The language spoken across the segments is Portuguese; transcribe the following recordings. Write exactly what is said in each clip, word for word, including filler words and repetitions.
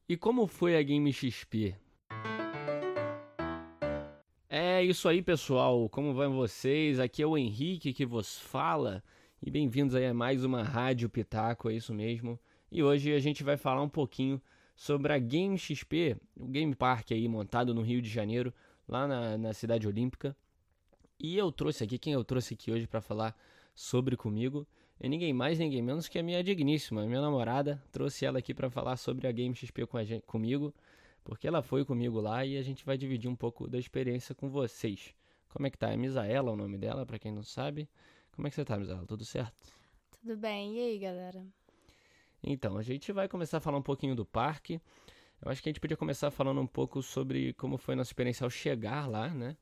E como foi a Game X P? É isso aí, pessoal. Como vão vocês? Aqui é o Henrique que vos fala. E bem-vindos aí a mais uma Rádio Pitaco, é isso mesmo. E hoje a gente vai falar um pouquinho sobre a Game X P, o Game Park aí montado no Rio de Janeiro, lá na, na Cidade Olímpica. E eu trouxe aqui, quem eu trouxe aqui hoje para falar sobre comigo é ninguém mais, ninguém menos que a minha digníssima, minha namorada. Trouxe ela aqui para falar sobre a Game X P com a gente, comigo, porque ela foi comigo lá e a gente vai dividir um pouco da experiência com vocês. Como é que tá? É Misaela o nome dela, para quem não sabe. Como é que você tá, Misaela? Tudo certo? Tudo bem? E aí, galera? Então, a gente vai começar a falar um pouquinho do parque. Eu acho que a gente podia começar falando um pouco sobre como foi a nossa experiência ao chegar lá, né?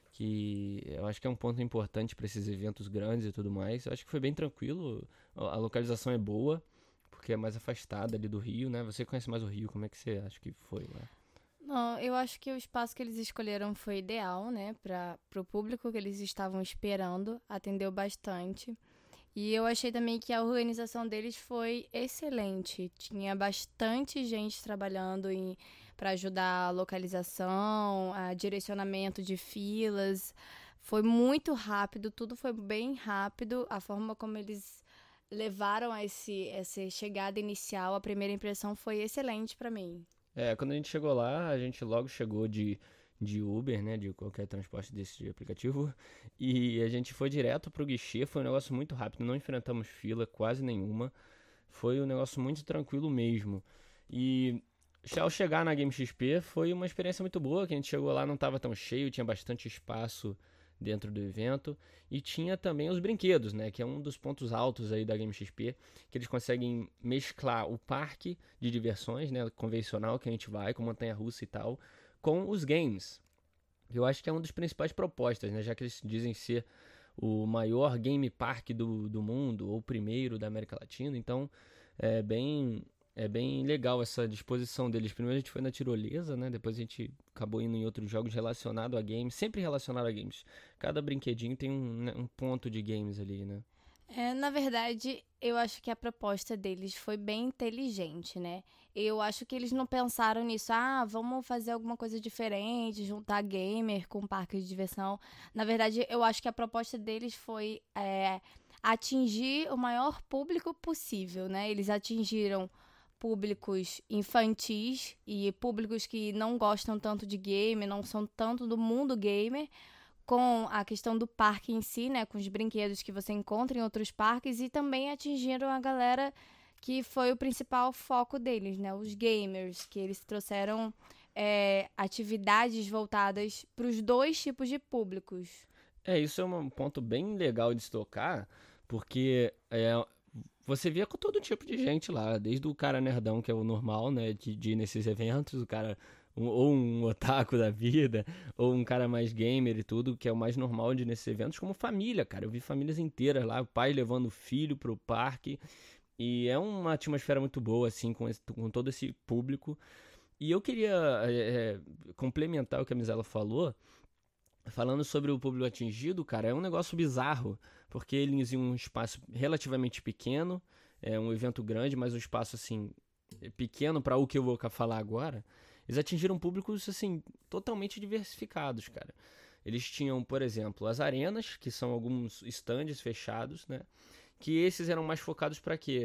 Que eu acho que é um ponto importante para esses eventos grandes e tudo mais. Eu acho que foi bem tranquilo, a localização é boa, porque é mais afastada ali do Rio, né? Você conhece mais o Rio, como é que você acha que foi lá? Não, eu acho que o espaço que eles escolheram foi ideal, né, para o público que eles estavam esperando, atendeu bastante. E eu achei também que a organização deles foi excelente. Tinha bastante gente trabalhando para ajudar a localização, a direcionamento de filas. Foi muito rápido, tudo foi bem rápido. A forma como eles levaram a esse, essa chegada inicial, a primeira impressão foi excelente para mim. É, quando a gente chegou lá, a gente logo chegou de, de Uber, né? De qualquer transporte desse de aplicativo. E a gente foi direto pro guichê, foi um negócio muito rápido, não enfrentamos fila quase nenhuma. Foi um negócio muito tranquilo mesmo. E ao chegar na Game X P foi uma experiência muito boa, que a gente chegou lá, não estava tão cheio, tinha bastante espaço dentro do evento e tinha também os brinquedos, né, que é um dos pontos altos aí da Game X P, que eles conseguem mesclar o parque de diversões, né, convencional que a gente vai com montanha-russa e tal, com os games. Eu acho que é uma das principais propostas, né, já que eles dizem ser o maior game park do, do mundo, ou o primeiro da América Latina, então é bem, é bem legal essa disposição deles. Primeiro a gente foi na tirolesa, né? Depois a gente acabou indo em outros jogos relacionados a games, sempre relacionado a games. Cada brinquedinho tem um, né, um ponto de games ali, né? É, na verdade, eu acho que a proposta deles foi bem inteligente, né? Eu acho que eles não pensaram nisso, ah, vamos fazer alguma coisa diferente, juntar gamer com parque de diversão. Na verdade, eu acho que a proposta deles foi é, atingir o maior público possível, né? Eles atingiram públicos infantis e públicos que não gostam tanto de game, não são tanto do mundo gamer, com a questão do parque em si, né, com os brinquedos que você encontra em outros parques, e também atingiram a galera que foi o principal foco deles, né, os gamers, que eles trouxeram é, atividades voltadas para os dois tipos de públicos. É, isso é um ponto bem legal de se tocar, porque é, você via com todo tipo de gente lá, desde o cara nerdão, que é o normal, né, de, de ir nesses eventos, o cara, um, ou um otaku da vida, ou um cara mais gamer e tudo, que é o mais normal de ir nesses eventos, como família, cara. Eu vi famílias inteiras lá, o pai levando o filho pro parque, e é uma atmosfera muito boa, assim, com, esse, com todo esse público. E eu queria é, é, complementar o que a Misela falou, falando sobre o público atingido, cara, é um negócio bizarro, porque eles em um espaço relativamente pequeno, é um evento grande, mas um espaço assim pequeno para o que eu vou falar agora, eles atingiram públicos assim totalmente diversificados, cara. Eles tinham, por exemplo, as arenas, que são alguns estandes fechados, né? Que esses eram mais focados para quê?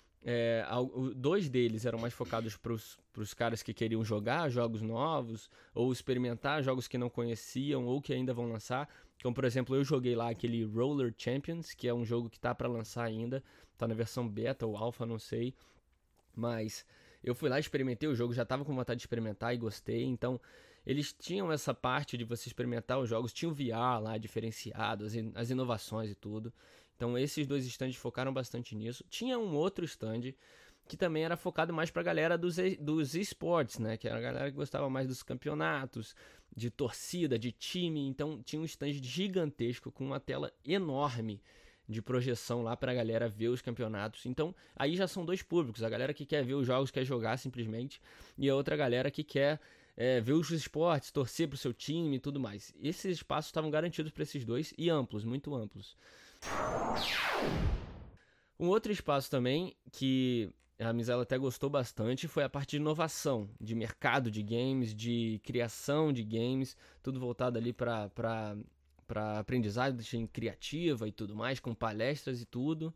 É, dois deles eram mais focados para os caras que queriam jogar jogos novos ou experimentar jogos que não conheciam ou que ainda vão lançar. Como, por exemplo, eu joguei lá aquele Roller Champions, que é um jogo que tá para lançar ainda, tá na versão beta ou alpha, não sei. Mas eu fui lá, experimentei o jogo, já tava com vontade de experimentar e gostei. Então, eles tinham essa parte de você experimentar os jogos, tinha o V R lá diferenciado, as, in as inovações e tudo. Então esses dois stands focaram bastante nisso. Tinha um outro stand que também era focado mais pra galera dos, e dos esportes, né? Que era a galera que gostava mais dos campeonatos, de torcida, de time. Então tinha um stand gigantesco com uma tela enorme de projeção lá pra galera ver os campeonatos. Então aí já são dois públicos. A galera que quer ver os jogos, quer jogar simplesmente. E a outra galera que quer é, ver os esportes, torcer pro seu time e tudo mais. Esses espaços estavam garantidos para esses dois e amplos, muito amplos. Um outro espaço também que a Misela até gostou bastante, foi a parte de inovação, de mercado de games, de criação de games, tudo voltado ali para para aprendizagem criativa e tudo mais, com palestras e tudo.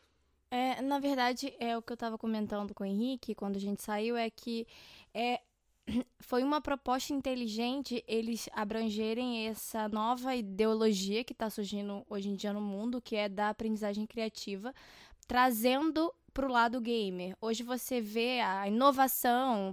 É, na verdade, é o que eu estava comentando com o Henrique quando a gente saiu, é que é, foi uma proposta inteligente eles abrangerem essa nova ideologia que está surgindo hoje em dia no mundo, que é da aprendizagem criativa, trazendo para o lado gamer. Hoje você vê a inovação,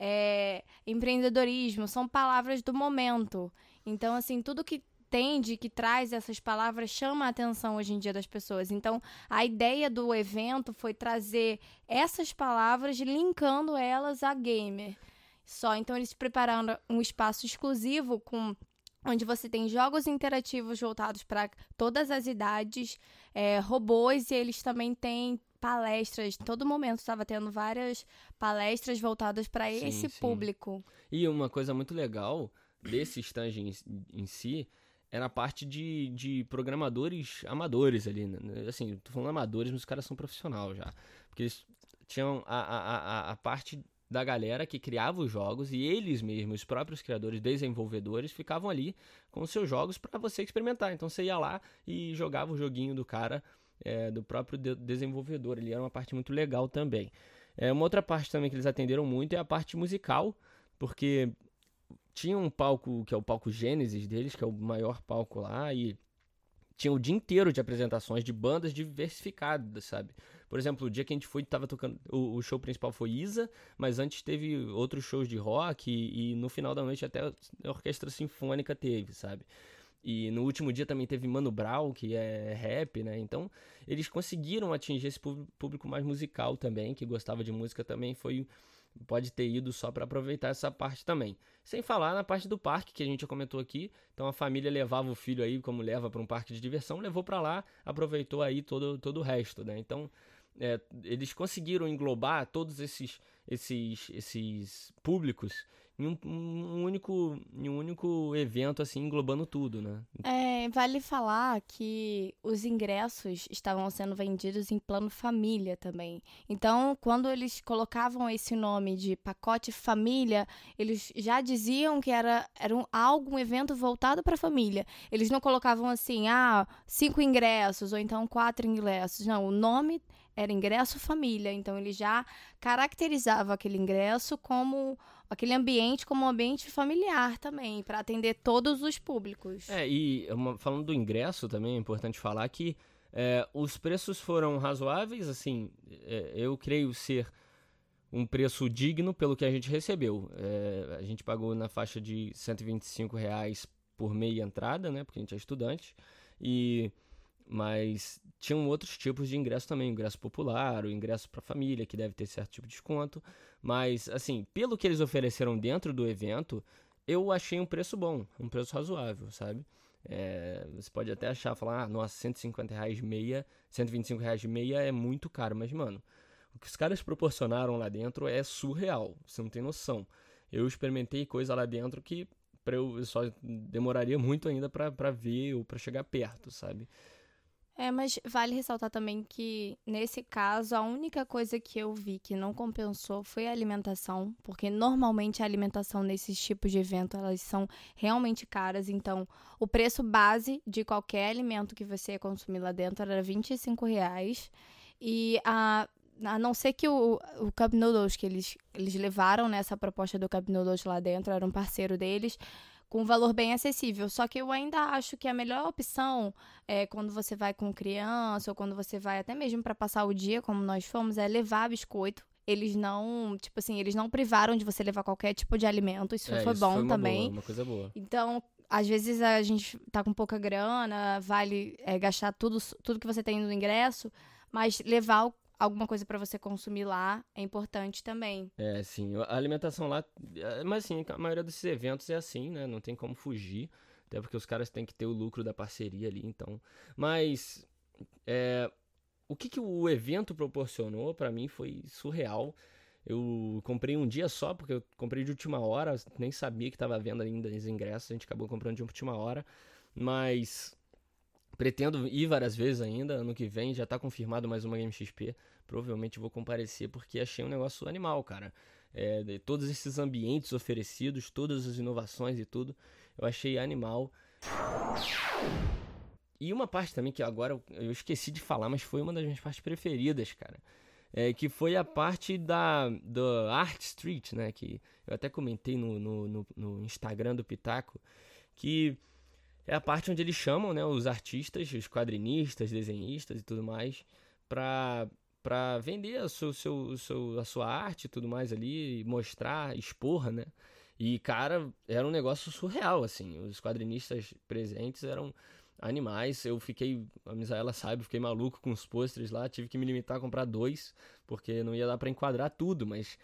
é, empreendedorismo, são palavras do momento. Então, assim, tudo que entende, que traz essas palavras, chama a atenção hoje em dia das pessoas. Então, a ideia do evento foi trazer essas palavras, linkando elas a gamer. Só, então eles prepararam um espaço exclusivo com onde você tem jogos interativos voltados para todas as idades, é, robôs, e eles também têm palestras. Todo momento estava tendo várias palestras voltadas para esse sim. público. E uma coisa muito legal desse stand em, em si era a parte de, de programadores amadores ali, né? Assim, tô falando amadores, mas os caras são profissionais já. Porque eles tinham a, a, a, a parte da galera que criava os jogos e eles mesmos, os próprios criadores, desenvolvedores, ficavam ali com os seus jogos para você experimentar. Então você ia lá e jogava o joguinho do cara, é, do próprio de- desenvolvedor. Ele era uma parte muito legal também. É, uma outra parte também que eles atenderam muito é a parte musical, porque tinha um palco, que é o palco Gênesis deles, que é o maior palco lá, e tinha o dia inteiro de apresentações de bandas diversificadas, sabe? Por exemplo, o dia que a gente foi, tava tocando, o, o show principal foi Isa, mas antes teve outros shows de rock, e, e no final da noite até a orquestra sinfônica teve, sabe? E no último dia também teve Mano Brown, que é rap, né? Então, eles conseguiram atingir esse público mais musical também, que gostava de música também, foi... Pode ter ido só para aproveitar essa parte também. Sem falar na parte do parque, que a gente já comentou aqui. Então a família levava o filho aí, como leva para um parque de diversão, levou para lá, aproveitou aí todo, todo o resto, né? Então é, eles conseguiram englobar todos esses, esses, esses públicos em um, um único, em um único evento, assim, englobando tudo, né? É, vale falar que os ingressos estavam sendo vendidos em plano família também. Então, quando eles colocavam esse nome de pacote família, eles já diziam que era, era um, algo, um evento voltado para a família. Eles não colocavam assim, ah, cinco ingressos ou então quatro ingressos. Não, o nome era ingresso família. Então, ele já caracterizava aquele ingresso como... aquele ambiente como um ambiente familiar também, para atender todos os públicos. É, e uma, falando do ingresso também, é importante falar que é, os preços foram razoáveis, assim, é, eu creio ser um preço digno pelo que a gente recebeu. É, a gente pagou na faixa de cento e vinte e cinco reais por meia entrada, né, porque a gente é estudante, e... mas tinham outros tipos de ingresso também, o ingresso popular, o ingresso para família, que deve ter certo tipo de desconto, mas assim, pelo que eles ofereceram dentro do evento, eu achei um preço bom, um preço razoável, sabe? É, você pode até achar, falar, ah, nossa, cento e cinquenta reais meia, cento e vinte e cinco reais de meia é muito caro, mas mano, o que os caras proporcionaram lá dentro é surreal, você não tem noção. Eu experimentei coisa lá dentro que pra eu, eu só demoraria muito ainda pra, pra ver ou pra chegar perto, sabe? É, mas vale ressaltar também que, nesse caso, a única coisa que eu vi que não compensou foi a alimentação, porque normalmente a alimentação nesses tipos de evento, elas são realmente caras, então o preço base de qualquer alimento que você ia consumir lá dentro era vinte e cinco reais, e a, a não ser que o, o Cup Noodles, que eles, eles levaram nessa proposta do Cup Noodles lá dentro, era um parceiro deles, com um valor bem acessível. Só que eu ainda acho que a melhor opção é quando você vai com criança ou quando você vai até mesmo para passar o dia, como nós fomos, é levar biscoito. Eles não, tipo assim, eles não privaram de você levar qualquer tipo de alimento. Isso É, foi isso bom foi uma também. boa, uma coisa boa. Então, às vezes a gente tá com pouca grana, vale é, gastar tudo, tudo que você tem no ingresso, mas levar o alguma coisa para você consumir lá é importante também. É, sim. A alimentação lá... é, mas, assim, a maioria desses eventos é assim, né? Não tem como fugir. Até porque os caras têm que ter o lucro da parceria ali, então... Mas... É, o que, que o evento proporcionou pra mim foi surreal. Eu comprei um dia só, porque eu comprei de última hora. Nem sabia que tava vendo ainda os ingressos. A gente acabou comprando de última hora. Mas... Pretendo ir várias vezes ainda, ano que vem já tá confirmado mais uma Game X P. Provavelmente vou comparecer porque achei um negócio animal, cara. É, de todos esses ambientes oferecidos, todas as inovações e tudo, eu achei animal. E uma parte também que agora eu esqueci de falar, mas foi uma das minhas partes preferidas, cara. É, que foi a parte da, da Art Street, né? Que eu até comentei no, no, no, no Instagram do Pitaco, que é a parte onde eles chamam, né, os artistas, os quadrinistas, desenhistas e tudo mais, pra, pra vender a, seu, seu, seu, a sua arte e tudo mais ali, mostrar, expor, né? E, cara, era um negócio surreal, assim. Os quadrinistas presentes eram animais. Eu fiquei, a Misaela sabe, fiquei maluco com os pôsteres lá. Tive que me limitar a comprar dois, porque não ia dar pra enquadrar tudo, mas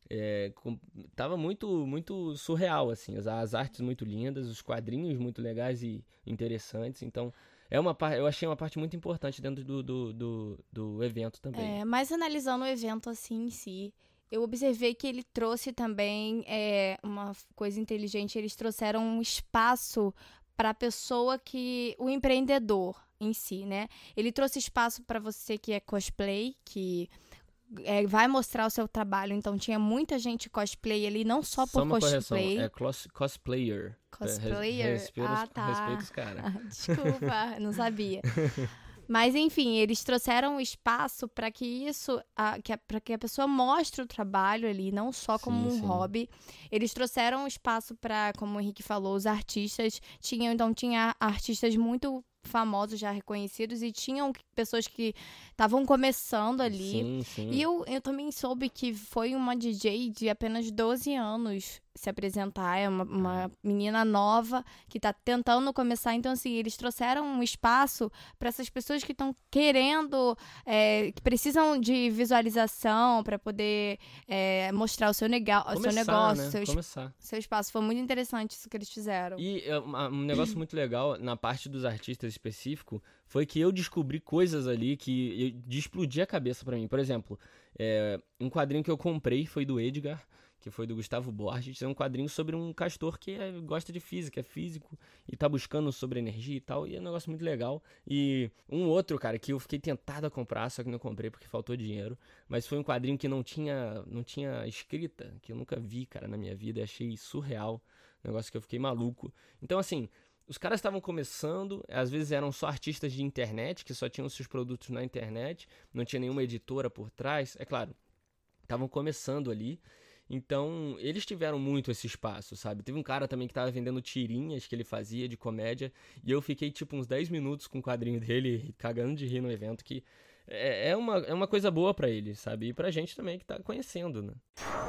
é, com, tava muito, muito surreal, assim. As, as artes muito lindas, os quadrinhos muito legais e interessantes. Então, é uma, eu achei uma parte muito importante dentro do, do, do, do evento também. É, mas analisando o evento assim em si, eu observei que ele trouxe também é, uma coisa inteligente. Eles trouxeram um espaço para a pessoa que... o empreendedor em si, né? Ele trouxe espaço para você que é cosplay, que é, vai mostrar o seu trabalho. Então, tinha muita gente cosplay ali, não só por Só uma cosplay. correção, é cos, cosplayer. Cosplayer? Respeita, Ah, tá. respeita os caras. Desculpa, não sabia. Mas, enfim, eles trouxeram um espaço para que isso, para que a pessoa mostre o trabalho ali, não só como Sim, um sim. hobby. Eles trouxeram um espaço para, como o Henrique falou, os artistas. Tinham, então, tinha artistas muito famosos, já reconhecidos, e tinham pessoas que estavam começando ali. Sim, sim. E eu, eu também soube que foi uma D J de apenas doze anos se apresentar. É uma, uma menina nova que está tentando começar. Então, assim, eles trouxeram um espaço para essas pessoas que estão querendo, é, que precisam de visualização para poder é, mostrar o seu, nega- o seu negócio, né? seu, es- Começar. seu espaço. Foi muito interessante isso que eles fizeram. E é, uma- um negócio muito legal na parte dos artistas específico foi que eu descobri coisas ali que eu- de explodir a cabeça pra mim. Por exemplo, é, um quadrinho que eu comprei foi do Edgar, que foi do Gustavo Borges. É um quadrinho sobre um castor que é- gosta de física, é físico e tá buscando sobre energia e tal. E é um negócio muito legal. E um outro, cara, que eu fiquei tentado a comprar, só que não comprei porque faltou dinheiro. Mas foi um quadrinho que não tinha, não tinha escrita, que eu nunca vi, cara, na minha vida. E achei surreal. Um negócio que eu fiquei maluco. Então, assim, os caras estavam começando, às vezes eram só artistas de internet, que só tinham seus produtos na internet, não tinha nenhuma editora por trás. É claro, estavam começando ali. Então, eles tiveram muito esse espaço, sabe? Teve um cara também que tava vendendo tirinhas que ele fazia de comédia, e eu fiquei, tipo, uns dez minutos com o quadrinho dele, cagando de rir no evento, que é, é, uma, é uma coisa boa pra ele, sabe? E pra gente também que tá conhecendo, né?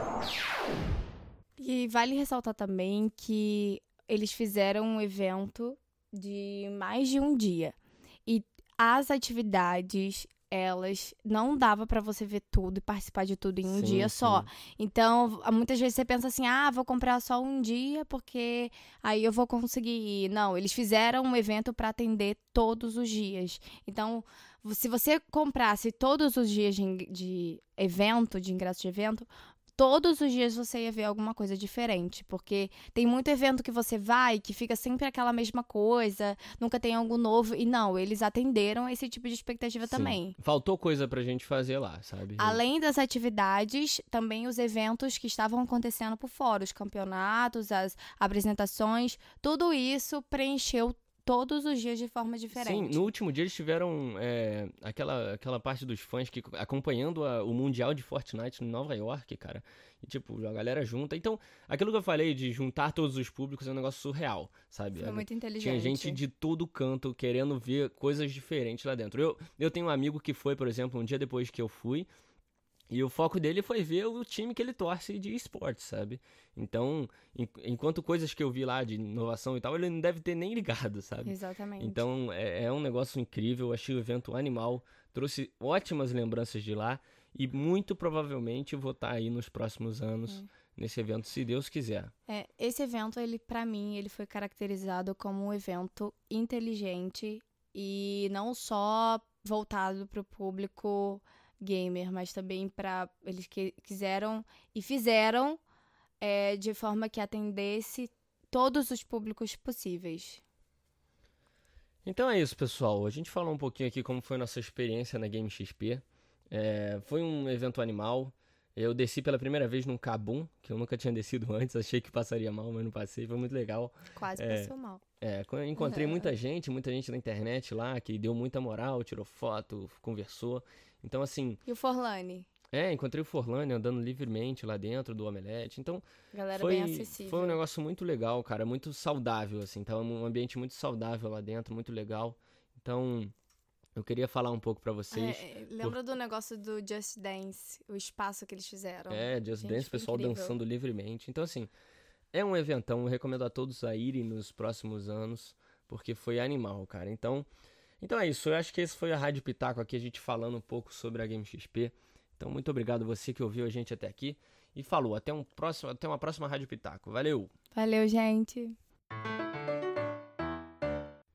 E vale ressaltar também que eles fizeram um evento de mais de um dia. E as atividades, elas não dava pra você ver tudo e participar de tudo em um Sim, dia sim. só. Então, muitas vezes você pensa assim, ah, vou comprar só um dia porque aí eu vou conseguir ir. Não, eles fizeram um evento pra atender todos os dias. Então, se você comprasse todos os dias de, ing- de evento, de ingresso de evento, todos os dias você ia ver alguma coisa diferente, porque tem muito evento que você vai que fica sempre aquela mesma coisa, nunca tem algo novo, e não, eles atenderam esse tipo de expectativa Sim. também. Faltou coisa pra gente fazer lá, sabe? Além das atividades, também os eventos que estavam acontecendo por fora, os campeonatos, as apresentações, tudo isso preencheu todos os dias de forma diferente. Sim, no último dia eles tiveram é, aquela, aquela parte dos fãs que acompanhando a- o Mundial de Fortnite em Nova York, cara. E, tipo, a galera junta. Então, aquilo que eu falei de juntar todos os públicos é um negócio surreal, sabe? Foi muito inteligente. Tinha gente de todo canto querendo ver coisas diferentes lá dentro. Eu, eu tenho um amigo que foi, por exemplo, um dia depois que eu fui, e o foco dele foi ver o time que ele torce de esportes, sabe? Então, en- enquanto coisas que eu vi lá de inovação e tal, ele não deve ter nem ligado, sabe? Exatamente. Então, é, é um negócio incrível. Eu achei o evento animal, trouxe ótimas lembranças de lá e muito provavelmente vou estar aí nos próximos anos nesse evento, se Deus quiser. É, esse evento, ele, para mim, ele foi caracterizado como um evento inteligente e não só voltado para o público gamer, mas também para eles que quiseram e fizeram é, de forma que atendesse todos os públicos possíveis. Então é isso, pessoal. A gente falou um pouquinho aqui como foi a nossa experiência na Game X P. É, foi um evento animal. Eu desci pela primeira vez num Kabum, que eu nunca tinha descido antes. Achei que passaria mal, mas não passei. Foi muito legal. Quase É, passou mal. É, encontrei muita gente, muita gente na internet lá, que deu muita moral, tirou foto, conversou. Então, assim... E o Forlane? É, encontrei o Forlane andando livremente lá dentro do Omelete. Então, Galera foi, bem acessível. foi um negócio muito legal, cara. Muito saudável, assim. Tava um ambiente muito saudável lá dentro, muito legal. Então, eu queria falar um pouco pra vocês. É, lembra do negócio do Just Dance, o espaço que eles fizeram? É, Just Gente, Dance, o foi pessoal incrível. dançando livremente. Então, assim, é um eventão. Eu recomendo a todos a irem nos próximos anos, porque foi animal, cara. Então, então é isso. Eu acho que esse foi a Rádio Pitaco aqui, a gente falando um pouco sobre a Game X P. Então, muito obrigado você que ouviu a gente até aqui. E falou, até, um próximo, até uma próxima Rádio Pitaco. Valeu! Valeu, gente!